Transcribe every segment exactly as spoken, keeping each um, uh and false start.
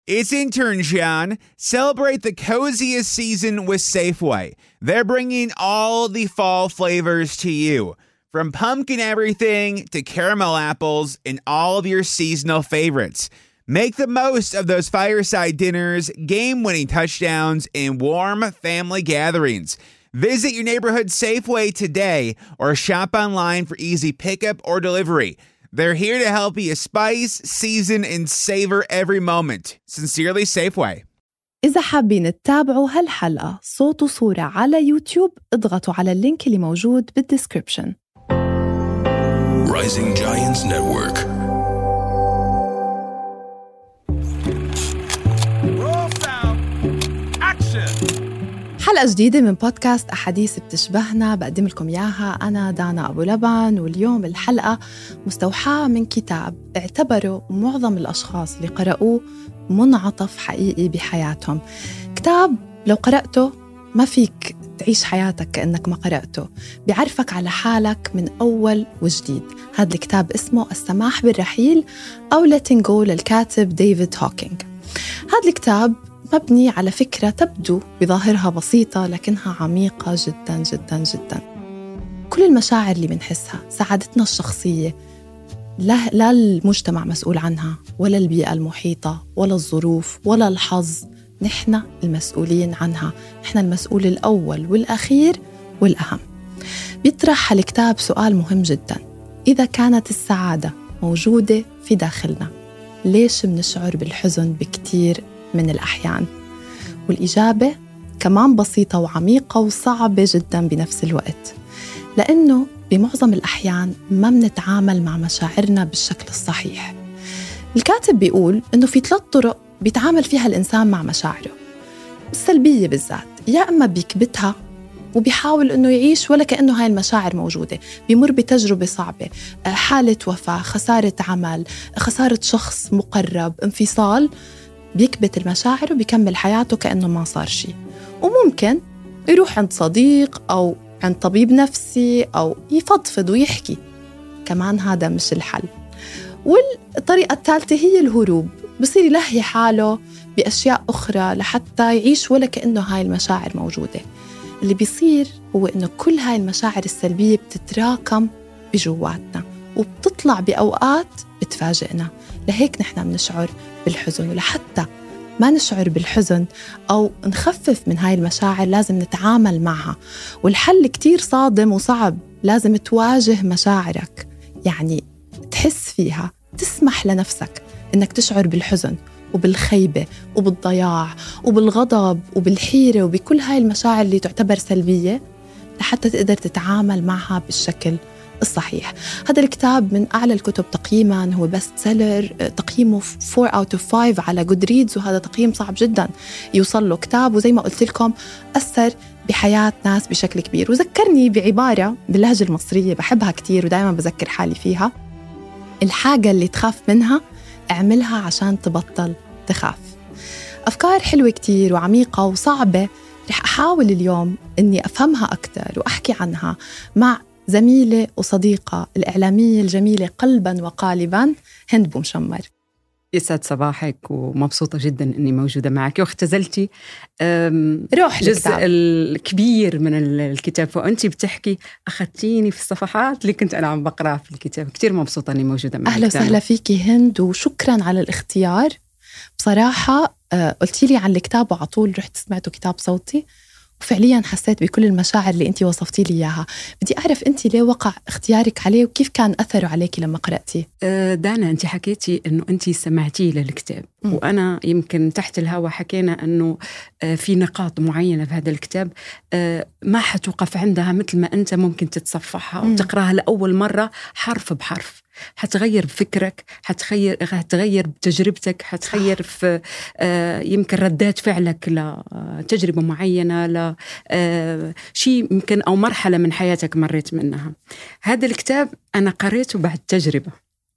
It's intern John. Celebrate the coziest season with Safeway. They're bringing all the fall flavors to you. From pumpkin everything to caramel apples and all of your seasonal favorites. Make the most of those fireside dinners, game-winning touchdowns, and warm family gatherings. Visit your neighborhood Safeway today or shop online for easy pickup or delivery. They're here to help you spice, season, and savor every moment. Sincerely, Safeway. إذا حابين تتابعوا هالحلقة صوت وصورة على يوتيوب اضغطوا على اللينك اللي موجود بالديسكريبشن. Rising Giants Network. حلقة جديدة من بودكاست أحاديث بتشبهنا بقدم لكم إياها أنا دانا أبو لبن. واليوم الحلقة مستوحاة من كتاب اعتبره معظم الأشخاص اللي قرأوه منعطف حقيقي بحياتهم. كتاب لو قرأته ما فيك تعيش حياتك كأنك ما قرأته، بيعرفك على حالك من أول وجديد. هذا الكتاب اسمه السماح بالرحيل أو Letting Go للكاتب ديفيد هوكينج. هذا الكتاب مبني على فكرة تبدو بظاهرها بسيطة لكنها عميقة جدا جدا جدا. كل المشاعر اللي بنحسها، سعادتنا الشخصية، لا, لا المجتمع مسؤول عنها ولا البيئة المحيطة ولا الظروف ولا الحظ، نحن المسؤولين عنها، نحن المسؤول الأول والأخير والأهم. بيطرح الكتاب سؤال مهم جدا: إذا كانت السعادة موجودة في داخلنا ليش بنشعر بالحزن بكتير من الأحيان؟ والإجابة كمان بسيطة وعميقة وصعبة جدا بنفس الوقت، لأنه بمعظم الأحيان ما بنتعامل مع مشاعرنا بالشكل الصحيح. الكاتب بيقول إنه في ثلاث طرق بيتعامل فيها الإنسان مع مشاعره السلبية بالذات. يا أما بيكبتها وبيحاول إنه يعيش ولا كأنه هاي المشاعر موجودة، بيمر بتجربة صعبة، حالة وفاة، خسارة عمل، خسارة شخص مقرب، انفصال، بيكبت المشاعر وبيكمل حياته كأنه ما صار شيء. وممكن يروح عند صديق أو عند طبيب نفسي أو يفضفض ويحكي، كمان هذا مش الحل. والطريقة الثالثة هي الهروب، بصير يلهي حاله بأشياء أخرى لحتى يعيش ولا كأنه هاي المشاعر موجودة. اللي بيصير هو إنه كل هاي المشاعر السلبية بتتراكم بجواتنا وبتطلع بأوقات بتفاجئنا. لهيك نحن بنشعر بالحزن. ولحتى ما نشعر بالحزن أو نخفف من هاي المشاعر لازم نتعامل معها. والحل كتير صادم وصعب، لازم تواجه مشاعرك، يعني تحس فيها، تسمح لنفسك إنك تشعر بالحزن وبالخيبة وبالضياع وبالغضب وبالحيرة وبكل هاي المشاعر اللي تعتبر سلبية لحتى تقدر تتعامل معها بالشكل الصحيح. هذا الكتاب من أعلى الكتب تقييماً، هو بست سيلر، تقييمه four out of five على Goodreads، وهذا تقييم صعب جداً يوصل له كتاب. وزي ما قلت لكم أثر بحياة ناس بشكل كبير. وذكرني بعبارة باللهجة المصرية بحبها كتير ودائماً بذكر حالي فيها: الحاجة اللي تخاف منها اعملها عشان تبطل تخاف. أفكار حلوة كتير وعميقة وصعبة، رح أحاول اليوم أني أفهمها أكتر وأحكي عنها مع زميلة وصديقة الإعلامية الجميلة قلباً وقالباً هند بومشمر. يسعد صباحك ومبسوطة جداً أني موجودة معك. واختزلتي روح جزء الكتاب. الكبير من الكتاب، وأنتي بتحكي أخذتيني في الصفحات اللي كنت أنا عم بقرأ في الكتاب. كتير مبسوطة أني موجودة معك. أهلا وسهلا فيكي هند، وشكراً على الاختيار. بصراحة قلتي لي عن الكتاب وعطول رحت سمعته كتاب صوتي، وفعلياً حسيت بكل المشاعر اللي أنتي وصفتي لي إياها. بدي أعرف أنتي ليه وقع اختيارك عليه وكيف كان أثره عليكي لما قرأتيه؟ دانا، أنتي حكيتي أنه أنتي سمعتيه للكتاب، م. وأنا يمكن تحت الهوا حكينا أنه في نقاط معينة في هذا الكتاب ما حتوقف عندها، مثل ما أنت ممكن تتصفحها وتقرأها لأول مرة حرف بحرف، حتغير بفكرك، حتغير حتغير بتجربتك، حتغير في آه يمكن ردات فعلك لتجربة معينة، ل آه شيء يمكن أو مرحلة من حياتك مريت منها. هذا الكتاب أنا قريته بعد تجربة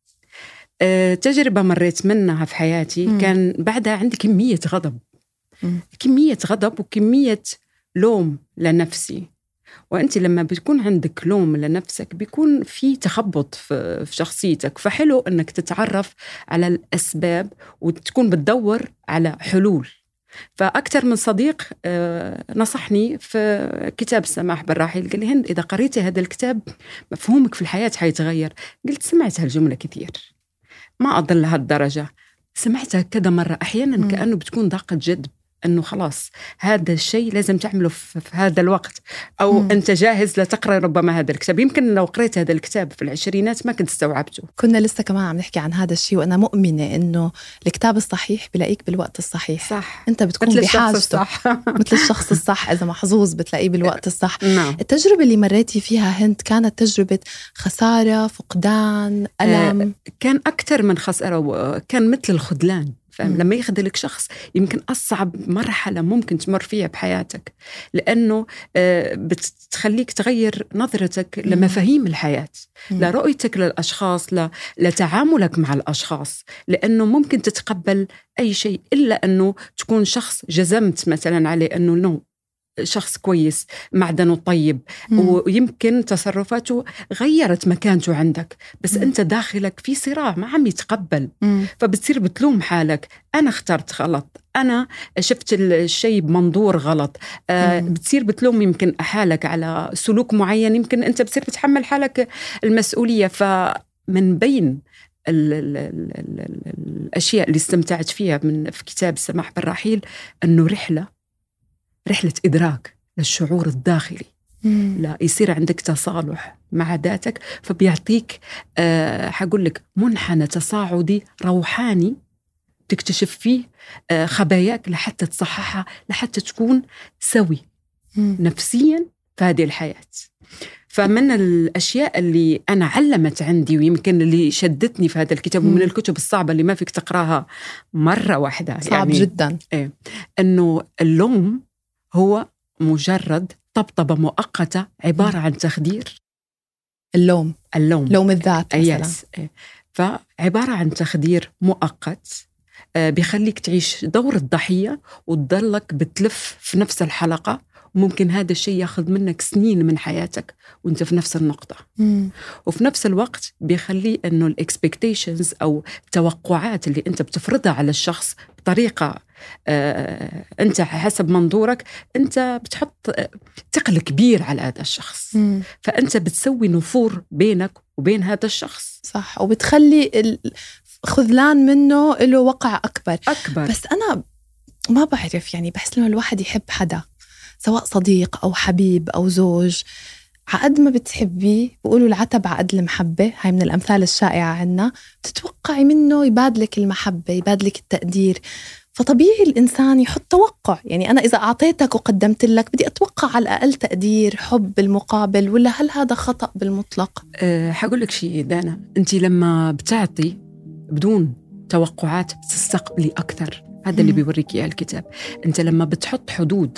آه تجربة مريت منها في حياتي. م. كان بعدها عندي كمية غضب، م. كمية غضب وكمية لوم لنفسي، وأنت لما بتكون عندك لوم لنفسك بيكون في تخبط في شخصيتك، فحلو أنك تتعرف على الأسباب وتكون بتدور على حلول. فأكثر من صديق نصحني في كتاب السماح بالراحيل، قال لي هند إذا قريتي هذا الكتاب مفهومك في الحياة حيتغير. قلت سمعت هالجملة كثير، ما أضل لهالدرجة، سمعتها كذا مرة أحيانا م. كأنه بتكون ضاقة جذب، أنه خلاص هذا الشيء لازم تعمله في هذا الوقت، أو م. أنت جاهز لتقرأ ربما هذا الكتاب. يمكن لو قرأت هذا الكتاب في العشرينات ما كنت استوعبته. كنا لسه كمان عم نحكي عن هذا الشيء، وأنا مؤمنة أنه الكتاب الصحيح بلاقيك بالوقت الصحيح. صح. أنت بتكون مثل بحاجته الشخص الصح. مثل الشخص الصح، إذا محظوظ بتلاقيه بالوقت الصح. نعم. التجربة اللي مريتي فيها هند كانت تجربة خسارة، فقدان، ألم؟ آه كان أكثر من خسارة، كان مثل الخذلان. فهم؟ لما يخذلك شخص يمكن أصعب مرحلة ممكن تمر فيها بحياتك، لأنه بتخليك تغير نظرتك لمفاهيم الحياة، لرؤيتك للأشخاص، لتعاملك مع الأشخاص، لأنه ممكن تتقبل أي شيء إلا أنه تكون شخص جزمت مثلا عليه أنه نو شخص كويس معدنه طيب، مم. ويمكن تصرفاته غيرت مكانته عندك، بس مم. أنت داخلك في صراع ما عم يتقبل، مم. فبتصير بتلوم حالك، أنا اخترت غلط، أنا شفت الشيء بمنظور غلط، آه بتصير بتلوم يمكن حالك على سلوك معين، يمكن أنت بتصير بتحمل حالك المسؤولية. فمن بين ال ال ال ال الأشياء اللي استمتعت فيها من في كتاب السماح بالراحيل أنه رحلة رحلة إدراك للشعور الداخلي، لا يصير عندك تصالح مع ذاتك، فبيعطيك أه حقول لك منحنى تصاعدي روحاني تكتشف فيه أه خباياك لحتى تصححها، لحتى تكون سوي مم. نفسيا في هذه الحياة. فمن الأشياء اللي أنا علمت عندي ويمكن اللي شدتني في هذا الكتاب، ومن الكتب الصعبة اللي ما فيك تقراها مرة واحدة، صعب يعني جدا، إيه، أنه اللوم هو مجرد طبطبة مؤقتة عبارة عن تخدير. اللوم اللوم لوم الذات مثلا، فعبارة عن تخدير مؤقت بيخليك تعيش دور الضحية وتضلك بتلف في نفس الحلقة، وممكن هذا الشيء ياخذ منك سنين من حياتك وانت في نفس النقطة. مم. وفي نفس الوقت بيخلي انه الاكسبكتيشنز او التوقعات اللي انت بتفرضها على الشخص بطريقة آه انت حسب منظورك، انت بتحط ثقل كبير على هذا الشخص. مم. فانت بتسوي نفور بينك وبين هذا الشخص. صح، وبتخلي الخذلان منه له وقع اكبر اكبر. بس انا ما بعرف، يعني بحس لما الواحد يحب حدا سواء صديق أو حبيب أو زوج، عقد ما بتحبيه بقولوا العتب عقد المحبة، هاي من الأمثال الشائعة عنا، تتوقعي منه يبادلك المحبة، يبادلك التقدير. فطبيعي الإنسان يحط توقع، يعني أنا إذا أعطيتك وقدمت لك بدي أتوقع على الأقل تقدير، حب المقابل، ولا هل هذا خطأ بالمطلق؟ أه حقول لك شيء دانا، أنت لما بتعطي بدون توقعات بتستقبلي أكثر. هذا اللي بيوريك إياه الكتاب. أنت لما بتحط حدود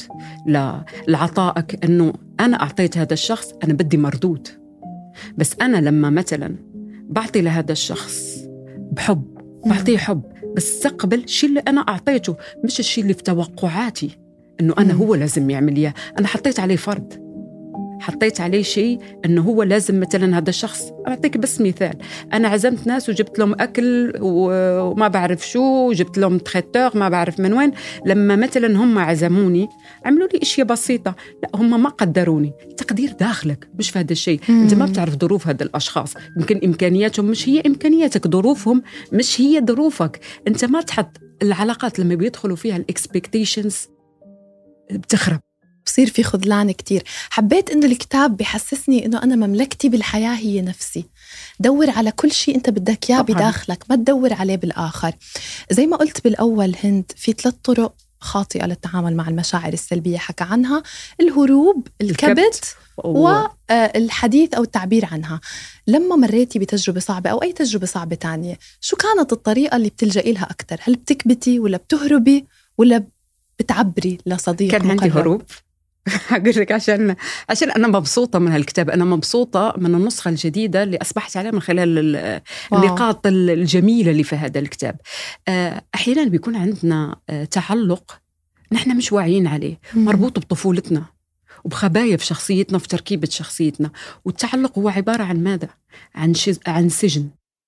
لعطائك، أنه أنا أعطيت هذا الشخص أنا بدي مردود، بس أنا لما مثلا بعطي لهذا الشخص بحب، بعطيه حب، بس استقبل شيء اللي أنا أعطيته، مش الشيء اللي في توقعاتي أنه أنا هو لازم يعمل إياه. أنا حطيت عليه فرض، حطيت عليه شيء أنه هو لازم مثلا هذا الشخص. أعطيك بس مثال، أنا عزمت ناس وجبت لهم أكل وما بعرف شو، وجبت لهم تخيتور ما بعرف من وين، لما مثلا هم عزموني عملوا لي إشياء بسيطة، لا هم ما قدروني. تقدير داخلك مش في هذا الشيء. أنت ما بتعرف ظروف هذا الأشخاص، يمكن إمكانياتهم مش هي إمكانياتك، ظروفهم مش هي ظروفك. أنت ما تحط العلاقات لما بيدخلوا فيها الإكسبكتيشنز بتخرب، بصير في خذلان كتير. حبيت إنه الكتاب بيحسسني إنه أنا مملكتي بالحياة هي نفسي. دور على كل شيء أنت بدك إياه بداخلك، ما تدور عليه بالآخر. زي ما قلت بالأول هند، في ثلاث طرق خاطئة للتعامل مع المشاعر السلبية حكى عنها: الهروب، الكبت، والحديث أو التعبير عنها. لما مريتي بتجربة صعبة أو أي تجربة صعبة تانية، شو كانت الطريقة اللي بتلجئي لها أكتر؟ هل بتكبتي ولا بتهربي ولا بتعبري لصديق؟ كان عندي هروب. أقول لك عشان عشان أنا مبسوطة من هالكتاب، أنا مبسوطة من النسخة الجديدة اللي أصبحت عليها من خلال النقاط الجميلة اللي في هذا الكتاب. أحيانا بيكون عندنا تعلق نحن مش واعيين عليه، مربوط بطفولتنا، وبخبايا في شخصيتنا، في تركيبة شخصيتنا. والتعلق هو عبارة عن ماذا؟ عن شز... عن سجن.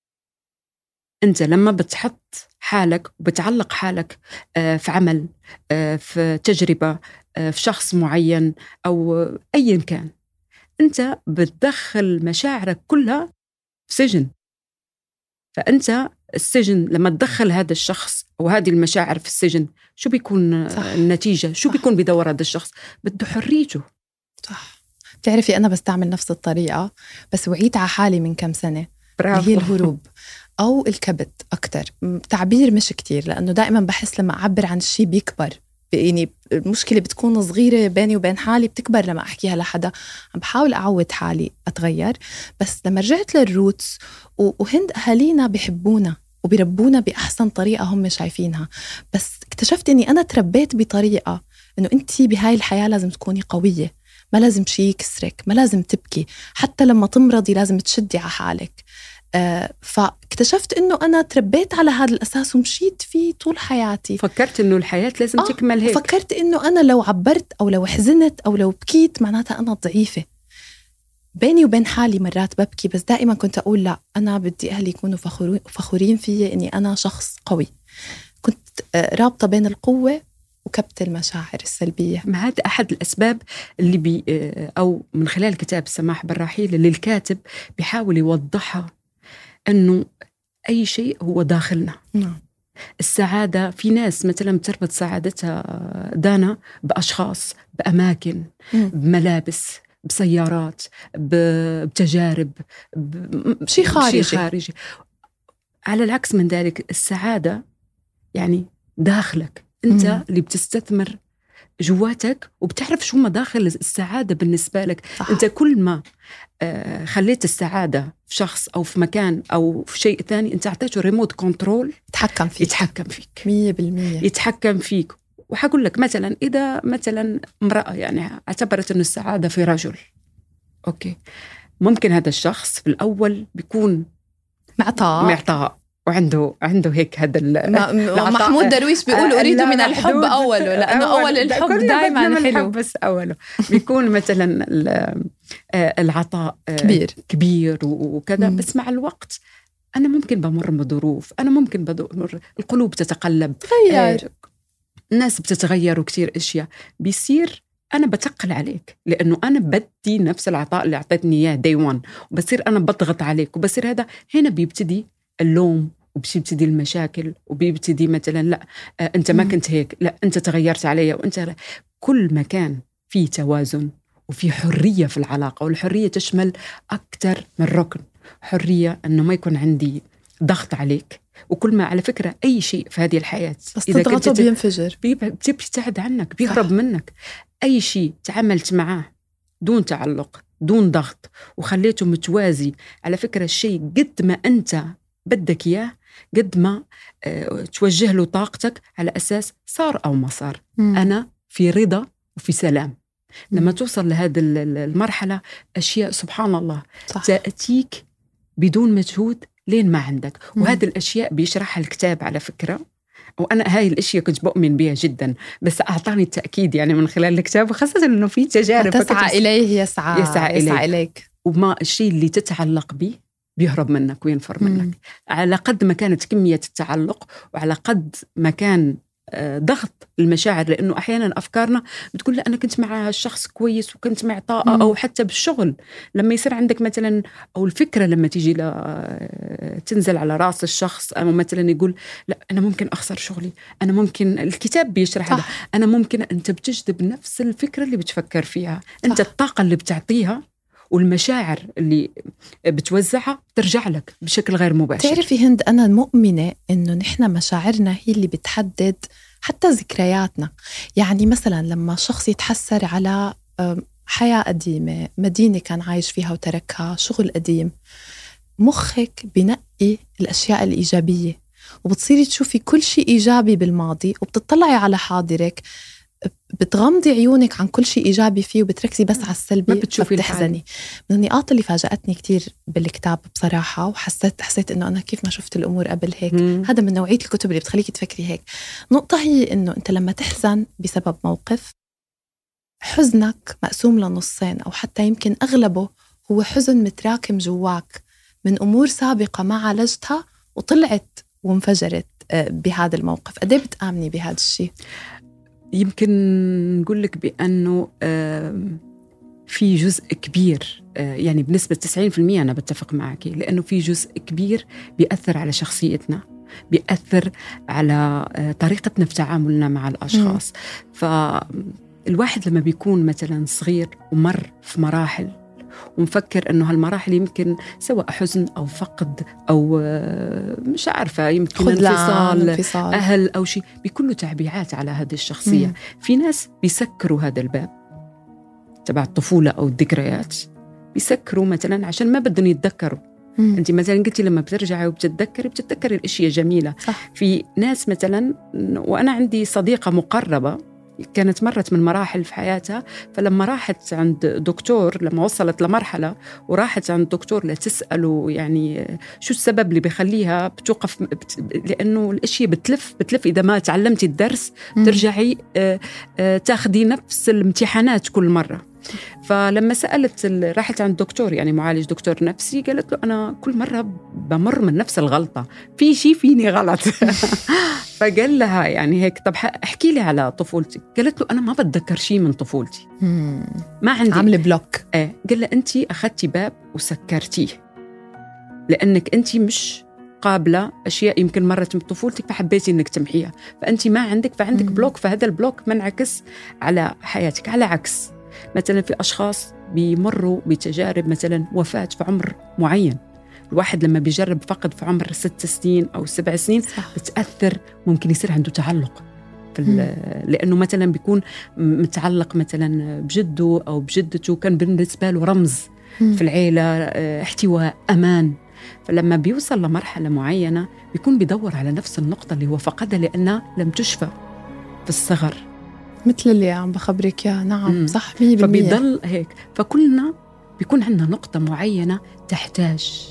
أنت لما بتحط حالك وبتعلق حالك في عمل، في تجربة، في شخص معين أو أيا كان، أنت بتدخل مشاعرك كلها في سجن. فأنت السجن لما تدخل هذا الشخص أو هذه المشاعر في السجن، شو بيكون صح. النتيجة؟ شو صح. بيكون بدور هذا الشخص؟ بده حريته. صح. بتعرفي أنا بستعمل نفس الطريقة، بس وعيت على حالي من كم سنة. هي الهروب أو الكبت أكتر، تعبير مش كتير، لأنه دائما بحس لما أعبر عن الشيء بيكبر. يعني المشكلة بتكون صغيرة بيني وبين حالي، بتكبر لما أحكيها لحدا. عم بحاول أعود حالي أتغير، بس لما رجعت للروتس، وهند أهالينا بيحبونا وبيربونا بأحسن طريقة هم شايفينها، بس اكتشفت أني أنا تربيت بطريقة أنه أنتي بهاي الحياة لازم تكوني قوية، ما لازم شيء يكسرك، ما لازم تبكي، حتى لما تمرضي لازم تشدي على حالك. آه فاكتشفت أنه أنا تربيت على هذا الأساس ومشيت فيه طول حياتي. فكرت أنه الحياة لازم آه تكمل هيك. فكرت أنه أنا لو عبرت أو لو حزنت أو لو بكيت معناتها أنا ضعيفة. بيني وبين حالي مرات ببكي، بس دائما كنت أقول لا، أنا بدي أهلي يكونوا فخورين فيي أني أنا شخص قوي. كنت آه رابطة بين القوة وكبت المشاعر السلبية. ما هذا أحد الأسباب اللي بي أو من خلال كتاب سماح بالرحيل اللي الكاتب بيحاول يوضحها، أنه أي شيء هو داخلنا. نعم. السعادة في ناس مثلا بتربط سعادتها دانا بأشخاص، بأماكن، م. بملابس، بسيارات، بتجارب، بشي خارجي. خارجي. على العكس من ذلك، السعادة يعني داخلك أنت م. اللي بتستثمر جواتك وبتعرف شو مداخل السعادة بالنسبة لك. صح. أنت كل ما آه خليت السعادة في شخص أو في مكان أو في شيء ثاني، أنت أعطيته ريموت كنترول يتحكم فيك. يتحكم فيك مية بالمية يتحكم فيك. وحقول لك مثلا إذا مثلا امرأة يعني اعتبرت أن السعادة في رجل، أوكي، ممكن هذا الشخص في الأول بيكون معطاء معطاء وعنده عنده هيك هذا محمود درويش بيقول أريد من الحب أوله، لأنه أول الحب دائما حلو، بس أوله بيكون مثلا العطاء كبير كبير وكذا. بس مع الوقت أنا ممكن بمر بظروف، أنا ممكن بمر، القلوب تتقلب، تغير، الناس بتتغير وكتير أشياء بيصير. أنا بتقل عليك لأنه أنا بدي نفس العطاء اللي أعطيتني إياه داي وان، وبصير أنا بضغط عليك، وبصير هذا هنا بيبتدي اللوم، وبيبتدي المشاكل، وبيبتدي مثلا لا آه أنت ما كنت هيك، لا أنت تغيرت علي، وأنت كل ما كان في توازن وفي حرية في العلاقة. والحرية تشمل أكتر من ركن. حرية أنه ما يكون عندي ضغط عليك، وكل ما على فكرة أي شيء في هذه الحياة بس إذا تضغطه بينفجر، بيبتعد عنك، بيهرب منك. أي شيء تعاملت معاه دون تعلق، دون ضغط، وخليته متوازي، على فكرة الشيء قد ما أنت بدك إياه، قد ما اه توجه له طاقتك على أساس صار أو ما صار. مم. أنا في رضا وفي سلام. مم. لما توصل لهذه المرحلة أشياء سبحان الله صح. تأتيك بدون مجهود لين ما عندك. مم. وهذه الأشياء بيشرحها الكتاب على فكرة، وأنا هاي الأشياء كنت بؤمن بها جدا، بس أعطاني التأكيد يعني من خلال الكتاب، وخاصة إنه في تجارب تسعى إليه يسعى, يسعى, يسعى إليك. وما الشيء اللي تتعلق به بيهرب منك وينفر منك. مم. على قد ما كانت كمية التعلق، وعلى قد ما كان ضغط المشاعر، لأنه أحيانا أفكارنا بتقول لا أنا كنت مع الشخص كويس وكنت معطاء، أو حتى بالشغل لما يصير عندك مثلا، أو الفكرة لما تيجي تنزل على رأس الشخص، أو مثلا يقول لا أنا ممكن أخسر شغلي، أنا ممكن، الكتاب بيشرح هذا، أنا ممكن، أنت بتجذب نفس الفكرة اللي بتفكر فيها. أنت صح. الطاقة اللي بتعطيها والمشاعر اللي بتوزعها ترجع لك بشكل غير مباشر. تعرفي هند، أنا مؤمنة إنه نحن مشاعرنا هي اللي بتحدد حتى ذكرياتنا. يعني مثلا لما شخص يتحسر على حياة قديمة، مدينة كان عايش فيها وتركها، شغل قديم، مخك بنقي الأشياء الإيجابية، وبتصيري تشوفي كل شيء إيجابي بالماضي، وبتطلعي على حاضرك، بتغمضي عيونك عن كل شيء إيجابي فيه وبتركزي بس على السلبي، ما بتشوفي بتحزني. من النقاط اللي فاجأتني كتير بالكتاب بصراحة، وحسيت حسيت إنه أنا كيف ما شفت الأمور قبل هيك. مم. هذا من نوعية الكتب اللي بتخليكي تفكري هيك. نقطة هي إنه أنت لما تحزن بسبب موقف، حزنك مقسوم لنصين، أو حتى يمكن أغلبه هو حزن متراكم جواك من أمور سابقة ما عالجتها وطلعت وانفجرت بهذا الموقف. قد ايه بتآمني بهذا الشيء؟ يمكن نقول لك بأنه في جزء كبير، يعني بنسبة تسعين بالمئة أنا بتفق معك، لأنه في جزء كبير بيأثر على شخصيتنا، بيأثر على طريقتنا في تعاملنا مع الأشخاص. م. فالواحد لما بيكون مثلا صغير ومر في مراحل ومفكر أنه هالمراحل يمكن سواء حزن أو فقد أو مش عارفة يمكن انفصال, انفصال أهل أو شيء، بيكون له تعبيرات على هذه الشخصية. م. في ناس بيسكروا هذا الباب تبع الطفولة أو الذكريات، بيسكروا مثلا عشان ما بدهم يتذكروا. مم. أنت مثلا قلتي لما بترجعي وبتتذكري بتتذكري الأشياء جميلة. صح. في ناس مثلا، وأنا عندي صديقة مقربة كانت مرت من مراحل في حياتها، فلما راحت عند دكتور، لما وصلت لمرحلة وراحت عند دكتور لتسأله يعني شو السبب اللي بيخليها بتوقف، بت... لأنه الأشياء بتلف بتلف إذا ما تعلمتي الدرس ترجعي آه آه تاخدي نفس الامتحانات كل مرة. فلما سألت راحت عند دكتور يعني معالج دكتور نفسي، قالت له أنا كل مرة بمر من نفس الغلطة، في شيء فيني غلط. فقال لها يعني هيك طب احكي لي على طفولتك. قالت له أنا ما بتذكر شيء من طفولتي، ما عندي، عامل بلوك. ايه. قال لها أنتي أخذتي باب وسكرتيه لأنك أنتي مش قابلة أشياء يمكن مرت من طفولتك فحبيتي أنك تمحيها، فأنتي ما عندك، فعندك مم. بلوك، فهذا البلوك منعكس على حياتك. على عكس مثلا في أشخاص بيمروا بتجارب مثلا وفاة في عمر معين، الواحد لما بيجرب فقد في عمر ست سنين أو سبع سنين صح. بتأثر، ممكن يصير عنده تعلق في لأنه مثلا بيكون متعلق مثلا بجده أو بجدته، كان بالنسبة له رمز مم. في العيلة، احتواء، أمان. فلما بيوصل لمرحلة معينة بيكون بيدور على نفس النقطة اللي هو فقدها لأنها لم تشفى في الصغر، مثل اللي عم بخبرك يا نعم. مم. صح مية بالمية. فبيضل هيك. فكلنا بيكون عندنا نقطة معينة تحتاج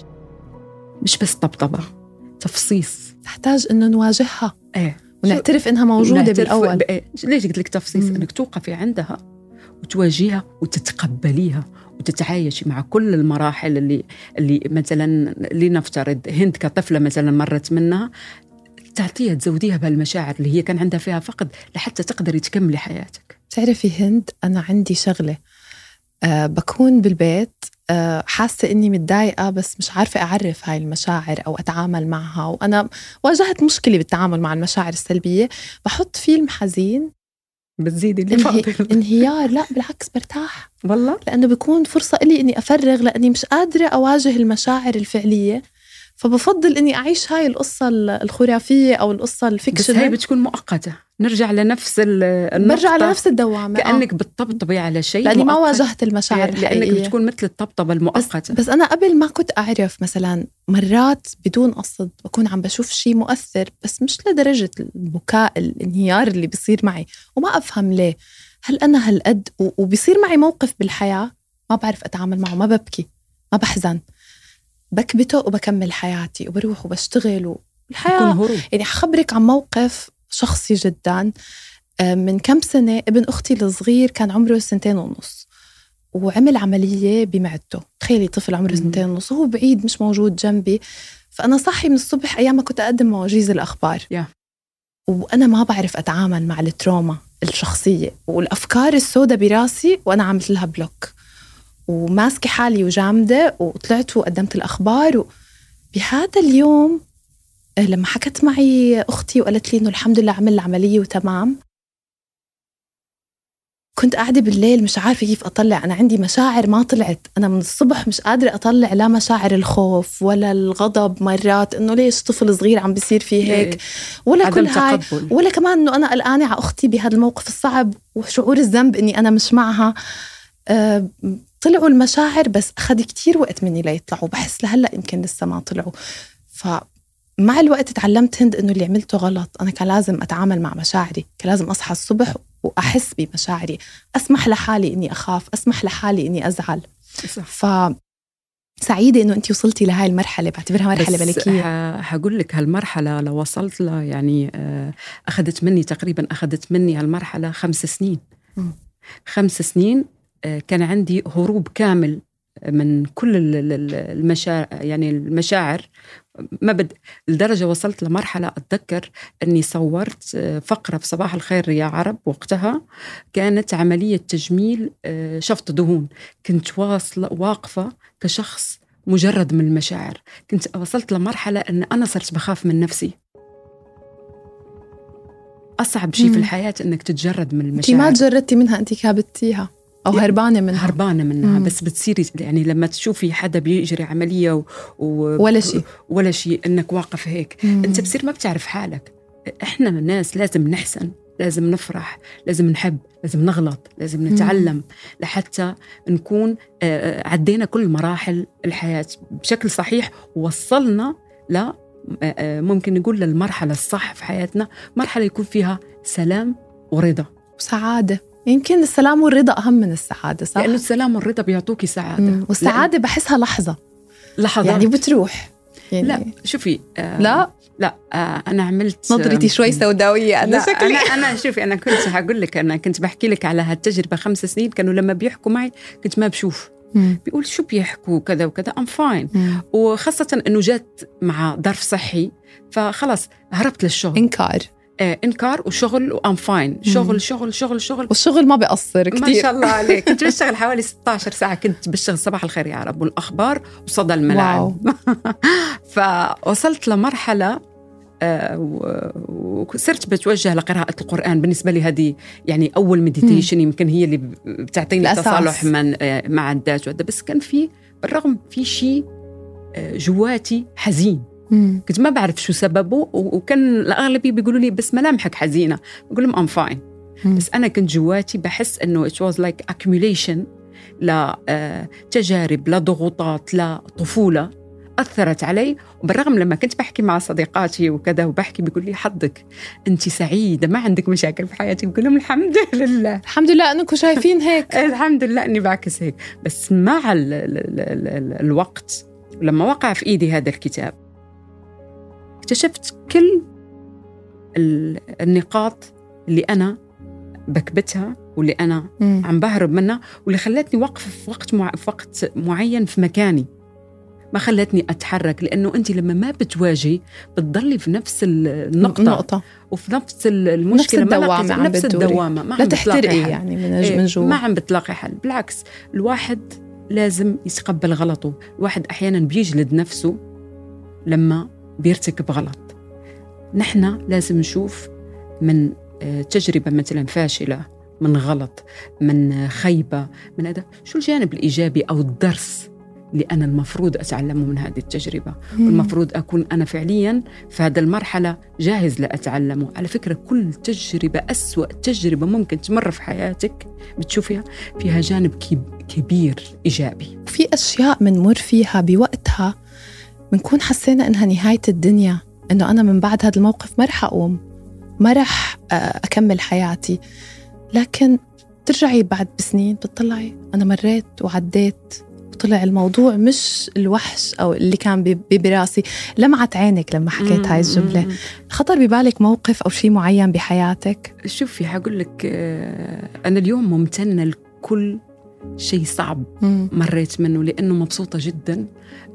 مش بس طبطبة، تفصيص، تحتاج إنه نواجهها ايه ونعترف إنها موجودة بالأول. بإيه؟ ليش قلت لك تفصيص؟ مم. إنك توقفي عندها وتواجهها وتتقبليها وتتعايشي مع كل المراحل اللي اللي مثلا لنفترض هند كطفلة مثلا مرت منها، تعطيها تزوديها بهالمشاعر اللي هي كان عندها فيها فقد لحتى تقدري تكملي حياتك. تعرفي هند، أنا عندي شغلة أه بكون بالبيت أه حاسة إني متضايقة بس مش عارفة أعرف هاي المشاعر أو أتعامل معها، وأنا واجهت مشكلة بالتعامل مع المشاعر السلبية، بحط فيلم حزين بتزيدي اللي فاضل انهيار. لا بالعكس برتاح والله، لأنه بيكون فرصة إلي إني أفرغ، لأني مش قادرة أواجه المشاعر الفعلية، فبفضل إني أعيش هاي القصة الخرافية أو القصة الفيكشن. بس هاي بتكون مؤقتة، نرجع لنفس النقطة، برجع لنفس الدوامة كأنك آه. بتطبطبي على شيء لأني ما واجهت المشاعر الحقيقية، لأنك بتكون مثل الطبطبة المؤقتة. بس, بس أنا قبل ما كنت أعرف، مثلا مرات بدون قصد بكون عم بشوف شيء مؤثر بس مش لدرجة البكاء الانهيار اللي بيصير معي، وما أفهم ليه. هل أنا هالقد وبيصير معي موقف بالحياة ما بعرف أتعامل معه، ما ببكي ما بحزن، بكبته وبكمل حياتي وبروح وبشتغل والحياة. يعني أخبرك عن موقف شخصي جدا. من كم سنة ابن أختي الصغير كان عمره سنتين ونص وعمل عملية بمعدته. تخيلي طفل عمره سنتين ونص وهو بعيد مش موجود جنبي، فأنا صحي من الصبح أيام ما كنت أقدم مواجيز الأخبار yeah. وأنا ما بعرف أتعامل مع التروما الشخصية والأفكار السوداء براسي، وأنا عملت لها بلوك وماسكة حالي وجامدة، وطلعت وقدمت الأخبار. و... بهذا اليوم لما حكت معي أختي وقالت لي إنه الحمد لله عمل العملية وتمام، كنت قاعدة بالليل مش عارفة كيف أطلع. أنا عندي مشاعر ما طلعت، أنا من الصبح مش قادرة أطلع لا مشاعر الخوف ولا الغضب، مرات إنه ليش طفل صغير عم بيصير فيه هيك، ولا كل هاي، ولا كمان إنه أنا قلقانة على أختي بهذا الموقف الصعب وشعور الذنب إني أنا مش معها. أه طلعوا المشاعر بس أخذ كتير وقت مني ليطلعوا، بحس لهلأ يمكن لسه ما طلعوا. فمع الوقت تعلمت هند إنه اللي عملته غلط. أنا كان لازم أتعامل مع مشاعري، كان لازم أصحى الصبح وأحس بمشاعري، أسمح لحالي إني أخاف، أسمح لحالي إني أزعل. فسعيدة إنه أنتي وصلتي لهاي المرحلة، بعتبرها مرحلة ملكية. هقول لك هالمرحلة لو وصلت لها يعني أخذت مني تقريبا أخذت مني هالمرحلة خمس سنين م. خمس سنين كان عندي هروب كامل من كل المشاعر، يعني المشاعر ما بد لدرجة وصلت لمرحلة أتذكر أني صورت فقرة في صباح الخير يا عرب، وقتها كانت عملية تجميل شفط دهون، كنت واصلة واقفة كشخص مجرد من المشاعر، كنت وصلت لمرحلة أن أنا صرت بخاف من نفسي. أصعب شيء في الحياة أنك تتجرد من المشاعر. أنت ما تجردتي منها، أنت كابتيها أو هربانة منها. هربانة منها. مم. بس بتصيري يعني لما تشوفي حدا بيجري عملية و... و... ولا شيء ولا شيء أنك واقف هيك. مم. أنت بصير ما بتعرف حالك. إحنا من الناس لازم نحسن، لازم نفرح، لازم نحب، لازم نغلط، لازم نتعلم. مم. لحتى نكون عدينا كل مراحل الحياة بشكل صحيح، ووصلنا ل ممكن نقول للمرحلة الصح في حياتنا، مرحلة يكون فيها سلام ورضا وسعادة. يمكن السلام والرضا أهم من السعادة، صح؟ لأنه السلام والرضا بيعطوكي سعادة. مم. والسعادة لأن... بحسها لحظة لحظة يعني بتروح يعني... لا شوفي آه لا لا آه أنا عملت نظرتي شوي سوداوية أنا شكلي. أنا, أنا شوفي أنا كنت هقول لك، أنا كنت بحكي لك على هالتجربة خمس سنين كانوا لما بيحكوا معي كنت ما بشوف. مم. بيقول شو بيحكوا كذا وكذا I'm fine. مم. وخاصة أنه جات مع ظرف صحي فخلاص هربت للشغل. إنكار آه إنكار وشغل وأم فاين. شغل شغل شغل شغل والشغل ما بيقصر كتير ما شاء الله عليك. كنت بشتغل حوالي ستة عشر ساعة، كنت بشتغل صباح الخير يا عرب والأخبار وصدى الملاعب. فوصلت لمرحلة آه وصرت بتوجه لقراءة القرآن. بالنسبة لي هذه يعني أول مديتيشن يمكن هي اللي بتعطيني تصالح من آه مع الذات. بس كان في بالرغم في شيء آه جواتي حزين. مم. كنت ما بعرف شو سببه، وكان الأغلبية بيقولوا لي بس ملامحك حزينة، بقول لهم I'm fine. مم. بس أنا كنت جواتي بحس إنه it was like accumulation لتجارب، لضغوطات، لطفولة أثرت علي. وبالرغم لما كنت بحكي مع صديقاتي وكذا وبحكي بيقول لي حظك أنت سعيدة ما عندك مشاكل في حياتك، بقول لهم الحمد لله الحمد لله أنكم شايفين هيك. الحمد لله أني بعكس هيك. بس مع ال ال ال ال الوقت لما وقع في إيدي هذا الكتاب اكتشفت كل النقاط اللي أنا بكبتها واللي أنا م. عم بهرب منها، واللي خلتني وقف في وقت, مع... في وقت معين في مكاني، ما خلتني أتحرك. لأنه أنت لما ما بتواجهي بتضلي في نفس النقطة نقطة. وفي نفس المشكلة، نفس الدوامة، ما نفس الدوامة ما لا تحترقي يعني من, إيه من جوا، ما عم بتلاقي حل. بالعكس الواحد لازم يتقبل غلطه. الواحد أحيانا بيجلد نفسه لما بيرتكب غلط. نحن لازم نشوف من تجربة مثلا فاشلة، من غلط، من خيبة، من هذا شو الجانب الإيجابي أو الدرس اللي أنا المفروض أتعلمه من هذه التجربة. والمفروض أكون أنا فعليا في هذا المرحلة جاهز لأتعلمه. على فكرة كل تجربة، أسوأ تجربة ممكن تمر في حياتك بتشوفيها فيها جانب كبير إيجابي. في أشياء منمر فيها بوقتها بنكون حسينا إنها نهاية الدنيا، إنه أنا من بعد هذا الموقف ما رح أقوم، ما رح أكمل حياتي. لكن ترجعي بعد بسنين بتطلعي أنا مريت وعديت، وطلع الموضوع مش الوحش أو اللي كان براسي. لمعت عينك لما حكيت هاي الجملة. خطر ببالك موقف أو شيء معين بحياتك؟ شوفي هقول لك، أنا اليوم ممتنة لكل شيء صعب مم. مريت منه، لأنه مبسوطة جدا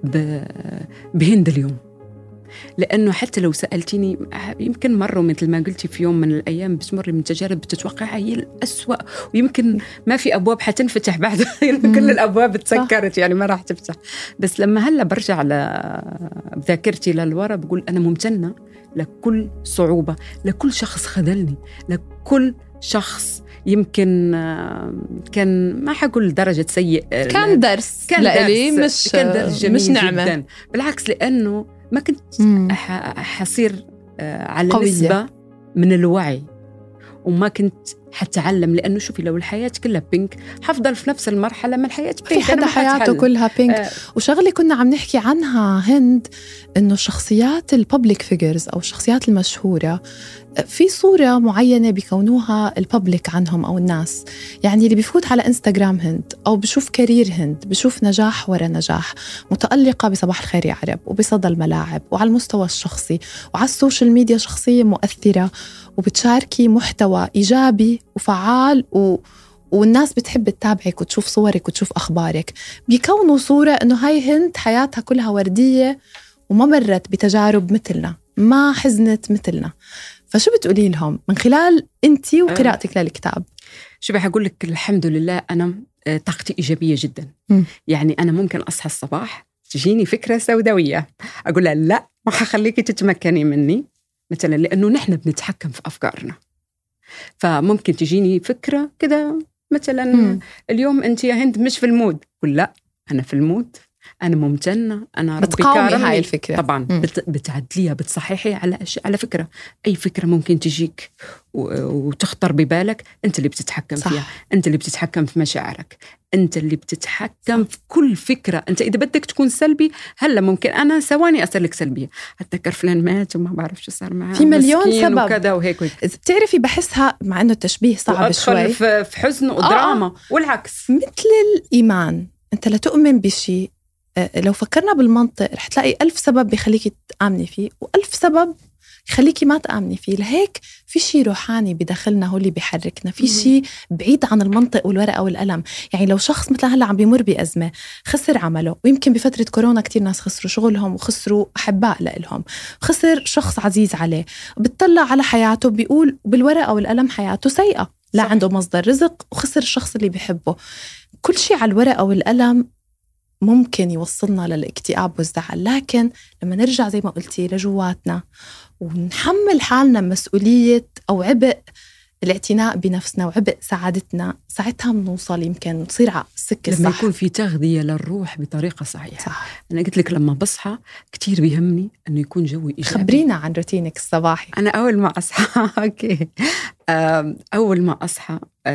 بهند اليوم. لأنه حتى لو سألتيني يمكن مرة مثل ما قلتي في يوم من الأيام بتمر من تجارب بتتوقعها هي الأسوأ، ويمكن ما في أبواب حتنفتح بعد كل الأبواب تسكرت يعني ما راح تفتح. بس لما هلأ برجع بذاكرتي للورا بقول أنا ممتنة لكل صعوبة، لكل شخص خذلني، لكل شخص يمكن كان ما حقول درجة سيء، كان درس كان لإلي مش كان درس جميل مش نعمة جدا. بالعكس لأنه ما كنت حصير على قوية. نسبة من الوعي، وما كنت حتعلم. لأنه شوفي لو الحياة كلها بينك حفضل في نفس المرحلة ما الحياة بينك. في حدا حياته كلها بينك. آه. وشغلة كنا عم نحكي عنها هند، إنه الشخصيات الببليك فيجرز أو الشخصيات المشهورة في صورة معينة بيكونوها الببليك عنهم أو الناس. يعني اللي بيفوت على إنستغرام هند أو بشوف كارير هند، بشوف نجاح ورا نجاح، متألقة بصباح الخير يا عرب وبصدى الملاعب وعلى المستوى الشخصي وعلى السوشيال ميديا، شخصية مؤثرة وبتشاركي محتوى إيجابي وفعال و... والناس بتحب تتابعك وتشوف صورك وتشوف أخبارك، بيكونوا صورة إنه هاي هند حياتها كلها وردية وما مرت بتجارب مثلنا، ما حزنت مثلنا. فشو بتقولي لهم من خلال أنتي وقراءتك للكتاب؟ شو بح أقول لك، الحمد لله أنا طاقتي إيجابية جدا. م. يعني أنا ممكن أصحى الصباح تجيني فكرة سوداوية أقول لها لا، ما حخليكي تتمكني مني مثلا، لأنه نحن بنتحكم في أفكارنا. فممكن تجيني فكرة كده مثلا م. اليوم أنت يا هند مش في المود، قل لا أنا في المود، أنا ممتنة، أنا ربي بتقاومي هاي الفكرة طبعا. بت... بتعدليها، بتصحيحي على أش... على فكرة. أي فكرة ممكن تجيك و... وتخطر ببالك، أنت اللي بتتحكم صح. فيها، أنت اللي بتتحكم في مشاعرك، أنت اللي بتتحكم في كل فكرة. أنت إذا بدك تكون سلبي هلا ممكن أنا ثواني أصير لك سلبية، أتذكر فلان مات وما بعرف شو صار معه، في مليون سبب وكذا وهيك وهيك. بتعرفي بحسها مع إنه التشبيه صعب شوي، في حزن ودراما آه. والعكس مثل الإيمان. أنت لا تؤمن بشيء، لو فكرنا بالمنطق رح تلاقي ألف سبب بيخليكي تآمني فيه وألف سبب يخليكي ما تآمني فيه. لهيك في شيء روحاني بداخلنا هو اللي بيحركنا، في شيء بعيد عن المنطق والورقة والقلم. يعني لو شخص مثل هلا عم بيمر بأزمة، خسر عمله، ويمكن بفترة كورونا كتير ناس خسروا شغلهم وخسروا أحباء لهم، خسر شخص عزيز عليه، بتطلع على حياته بيقول بالورقة والقلم حياته سيئة، لا صح. عنده مصدر رزق وخسر الشخص اللي بيحبه. كل شيء على الورقة والقلم ممكن يوصلنا للاكتئاب والزعل، لكن لما نرجع زي ما قلتي لجواتنا ونحمل حالنا مسؤولية أو عبء الاعتناء بنفسنا وعبء سعادتنا، ساعتها بنوصل يمكن نصير على السكة الصح. لما يكون في تغذية للروح بطريقة صحيحة صح. أنا قلت لك لما بصحى كتير بيهمني أنه يكون جوي إيجابي. خبرينا عن روتينك الصباحي. أنا أول ما أصحى أوكي أول ما أصحى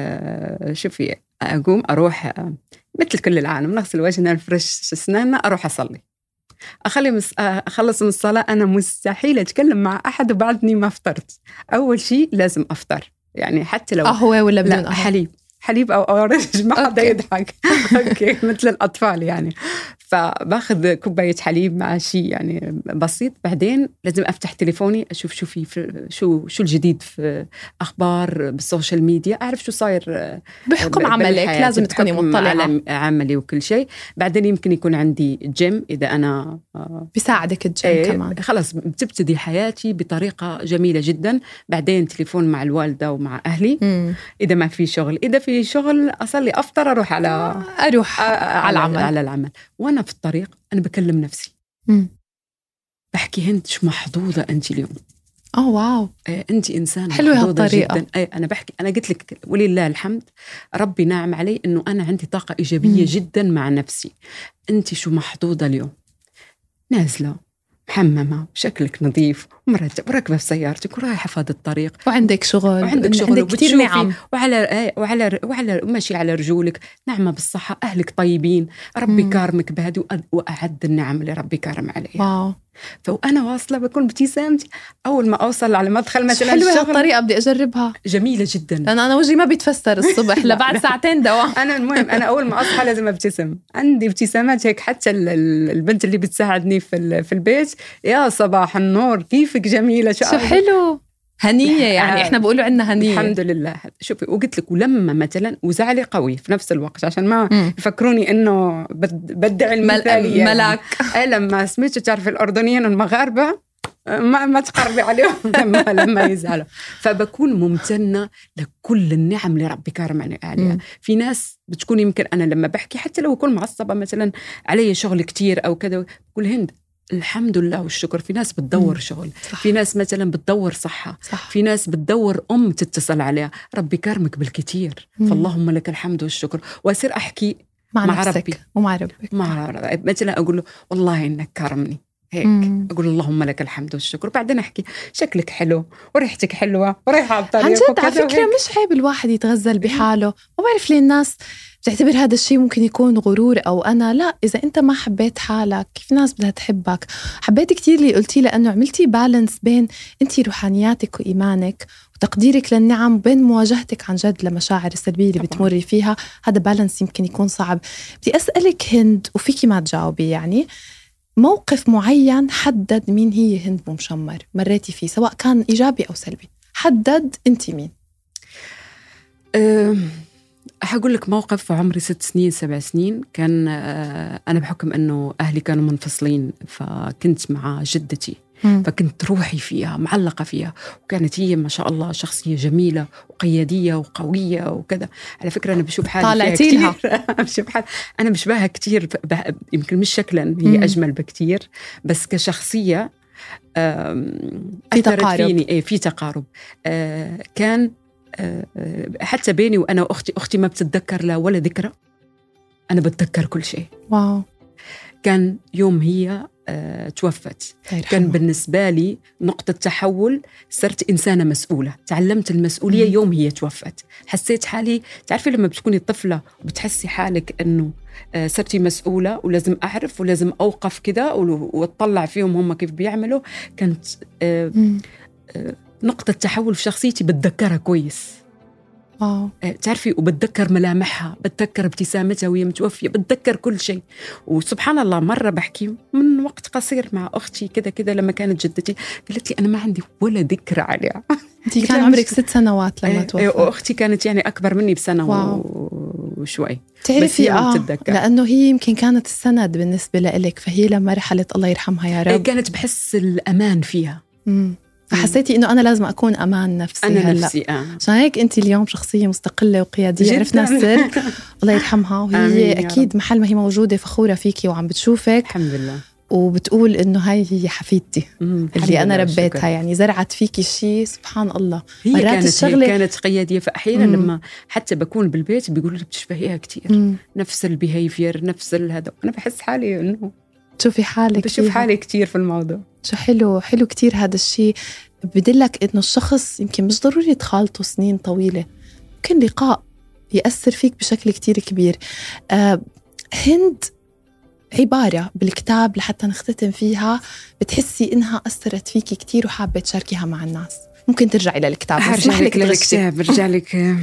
شوفي أقوم أروح مثل كل العالم، نغسل وجهنا، نفرش أسناننا، أروح أصلي، أخلي مس... أخلص من الصلاة. أنا مستحيل أتكلم مع أحد وبعدني ما فطرت. أول شيء لازم أفطر، يعني حتى لو قهوة ولا بدون قهوة؟ حليب حليب أو أورنج، ما حدا يضحك أوكي مثل الأطفال يعني. فباخذ كوباية حليب مع شيء يعني بسيط. بعدين لازم أفتح تليفوني أشوف شو في شو شو الجديد في أخبار بالسوشيال ميديا، أعرف شو صاير بحكم عملك، لازم تكوني مطلعة على عملي وكل شيء. بعدين يمكن يكون عندي جيم إذا أنا بيساعدك الجيم ايه كمان. خلاص بتبتدي حياتي بطريقة جميلة جدا. بعدين تليفون مع الوالدة ومع أهلي. م. إذا ما في شغل، إذا في شغل أصلي أفطر أروح على أروح على العمل على العمل وأنا في الطريق أنا بكلم نفسي. م. بحكي هند شو محظوظة أنت اليوم. أوه واو إيه أنت إنسان حلوة محظوظة هالطريقة. جدا. إيه أنا بحكي، أنا قلت لك ولله الحمد ربي نعم علي إنه أنا عندي طاقة إيجابية م. جدا مع نفسي. أنت شو محظوظة اليوم، نازلة محممة، شكلك نظيف ومرتب، وراكبة في سيارتك ورايحة في هذا الطريق، وعندك شغل وعندك شغل عندك كتير نعم، وعلى وعلى وعلى ماشي على رجولك، نعمة بالصحة، أهلك طيبين، ربي مم. كارمك بهذه وأعد النعم اللي ربي كارم عليها. واو. فأنا واصلة بكون ابتسامتي أول ما أوصل على مدخل مثلا حلوة الشغل. هالطريقة بدي أجربها، جميلة جدا. لأن أنا وجهي ما بيتفسر الصبح لبعد ساعتين دوام. أنا المهم أنا أول ما أصحى لازم أبتسم، عندي ابتسامات هيك. حتى البنت اللي بتساعدني في في البيت، يا صباح النور كيفك جميلة، شو حلو، هنية يعني. إحنا بقوله عنا هنية الحمد لله. شوفي وقلت لك، ولما مثلا وزعلي قوي في نفس الوقت عشان ما م. يفكروني إنه بدعي المثالية ملاك يعني. لما سمعت تعرف الأردنيين والمغاربة ما ما تقربي عليهم لما لما يزعلوا. فبكون ممتنة لكل النعم اللي ربي كرمني عليها. في ناس بتكون يمكن أنا لما بحكي حتى لو أكون معصبة مثلا علي شغل كتير أو كذا، بقول هند الحمد لله والشكر. في ناس بتدور شغل، صح. في ناس مثلا بتدور صحة، صح. في ناس بتدور أم تتصل عليها، ربي كرمك بالكتير، مم. فاللهم لك الحمد والشكر. وأصير أحكي مع, مع نفسك ربي ومع ربك، مع ربي. مثلا أقول له والله إنك كرمني هيك، مم. أقول اللهم لك الحمد والشكر. بعدين أحكي شكلك حلو وريحتك حلوة ورايحة على الطريق. عن جد على فكرة مش عيب الواحد يتغزل بحاله. ما بعرف ليه الناس تعتبر هذا الشيء ممكن يكون غرور أو أنا لا. إذا أنت ما حبيت حالك كيف ناس بدها تحبك؟ حبيت كتير اللي قلتي، لأنه عملتي بالانس بين أنت روحانياتك وإيمانك وتقديرك للنعم، بين مواجهتك عن جد لمشاعر السلبية اللي بتمري فيها. هذا بالانس يمكن يكون صعب. بدي أسألك هند، وفيكي ما تجاوبي، يعني موقف معين حدد مين هي هند مشمر مريتي فيه، سواء كان إيجابي أو سلبي، حدد أنت مين؟ أه أقول لك موقف عمري ست سنين سبع سنين كان أنا بحكم أنه أهلي كانوا منفصلين، فكنت مع جدتي م. فكنت روحي فيها معلقة فيها، وكانت هي ما شاء الله شخصية جميلة وقيادية وقوية وكذا. على فكرة أنا بشوف حالي فيها كتير بشوف حال أنا بشبهها كتير، يمكن مش شكلا هي م. أجمل بكتير، بس كشخصية في تقارب فيني. إيه في تقارب. آه كان آه حتى بيني وأنا وأختي، أختي ما بتتذكر لا ولا ذكرى، أنا بتذكر كل شيء. واو. كان يوم هي آه توفت كان بالنسبة لي نقطة تحول، صرت إنسانة مسؤولة، تعلمت المسؤولية. يوم هي توفت حسيت حالي، تعرفي لما بتكوني طفلة وبتحسي حالك أنه آه صرتي مسؤولة ولازم أعرف ولازم أوقف كذا وأطلع فيهم هم كيف بيعملوا. كانت آه آه نقطة تحول في شخصيتي، بتذكرها كويس. آه. تعرفي، وبتذكر ملامحها، بتذكر ابتسامتها وهي متوفية، بتذكر كل شيء. وسبحان الله مرة بحكي من وقت قصير مع أختي كذا كذا لما كانت جدتي، قالت لي أنا ما عندي ولا ذكرى عليها. أنتي كان عمرك ست سنوات لما توفت. وأختي كانت يعني أكبر مني بسنة واو. وشوي. تعرفي آه لأنه هي يمكن كانت السند بالنسبة لإلك، فهي لما رحلت الله يرحمها يا رب كانت بحس الأمان فيها. مم. فحسيتي إنه أنا لازم أكون أمان نفسي. أنا هلأ. نفسي آه. عشان هيك أنت اليوم شخصية مستقلة وقيادية، عرفنا السر. الله يرحمها. وهي أكيد محل ما هي موجودة فخورة فيكي وعم بتشوفك الحمد لله، وبتقول إنه هاي هي حفيدتي اللي أنا ربيتها. شكرا. يعني زرعت فيكي شيء سبحان الله. هي كانت الشغلة هي كانت قيادية. فأحيانا مم. لما حتى بكون بالبيت بيقولوا لي بتشبهيها كتير. مم. نفس البيهيفير نفس هذا. أنا بحس حالي إنه تشوفي حالك، بشوف حالي كتير في الموضوع. شو حلو حلو كتير هذا الشيء. بدلك إنه الشخص يمكن مش ضروري تخالطه سنين طويلة، ممكن لقاء يأثر فيك بشكل كتير كبير. آه هند، عبارة بالكتاب لحتى نختتم فيها بتحسي إنها أثرت فيكي كتير وحابة تشاركيها مع الناس، ممكن ترجعي للكتاب. أرجع لك للكتاب برجع لك.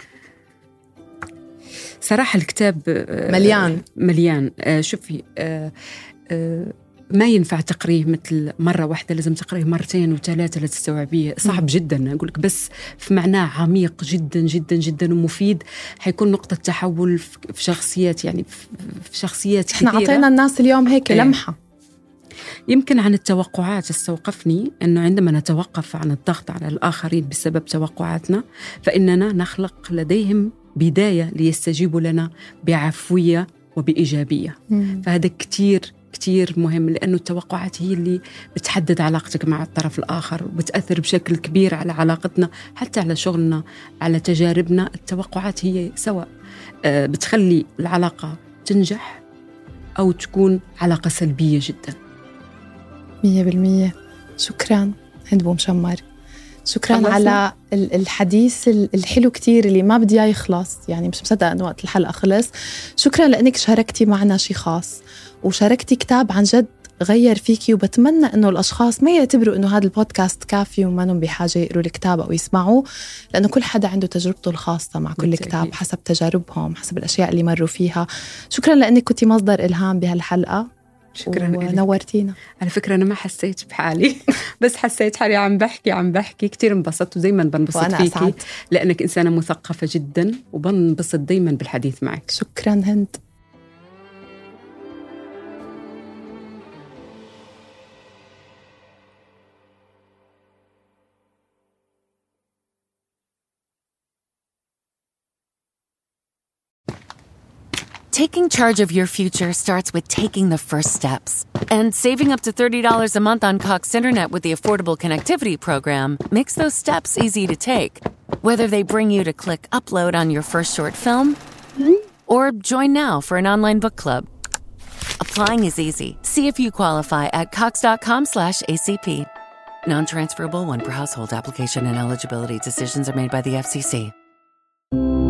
صراحة الكتاب مليان مليان. آه شوفي آه آه ما ينفع تقريه مثل مرة واحدة، لازم تقريه مرتين وثلاثة لتستوعبيه. صعب جدا أقولك، بس في معناه عميق جدا جدا جدا ومفيد. حيكون نقطة تحول في شخصيات، يعني في شخصيات كثيرة. احنا عطينا الناس اليوم هيك لمحة. يمكن عن التوقعات استوقفني أنه عندما نتوقف عن الضغط على الآخرين بسبب توقعاتنا، فإننا نخلق لديهم بداية ليستجيبوا لنا بعفوية وبإيجابية. مم. فهذا كتير كتير مهم، لأنه التوقعات هي اللي بتحدد علاقتك مع الطرف الآخر وبتأثر بشكل كبير على علاقتنا، حتى على شغلنا، على تجاربنا. التوقعات هي سواء بتخلي العلاقة تنجح أو تكون علاقة سلبية جدا. مية بالمية. شكرا هند بومشمر، شكرا على الحديث الحلو كتير اللي ما بدي يخلص، يعني مش مصدقة أنه وقت الحلقة خلص. شكرا لأنك شاركتي معنا شي خاص وشاركتي كتاب عن جد غير فيكي، وبتمنى أنه الأشخاص ما يعتبروا أنه هذا البودكاست كافي وما نم بحاجة يقروا الكتاب أو يسمعوه، لأنه كل حدا عنده تجربته الخاصة مع كل كتاب حسب تجاربهم، حسب الأشياء اللي مروا فيها. شكرا لأنك كنتي مصدر إلهام بهالحلقة. شكرا ونورتينا. على فكرة أنا ما حسيت بحالي بس حسيت حالي عم بحكي عم بحكي كتير انبسطت، ودايما بنبسط فيكي أسعد. لأنك إنسانة مثقفة جدا، وبنبسط دايما بالحديث معك. شكرا هند. Taking charge of your future starts with taking the first steps. And saving up to thirty dollars a month on Cox Internet with the Affordable Connectivity Program makes those steps easy to take. Whether they bring you to click upload on your first short film or join now for an online book club. Applying is easy. See if you qualify at cox.com slash ACP. Non-transferable one per household application and eligibility decisions are made by the F C C.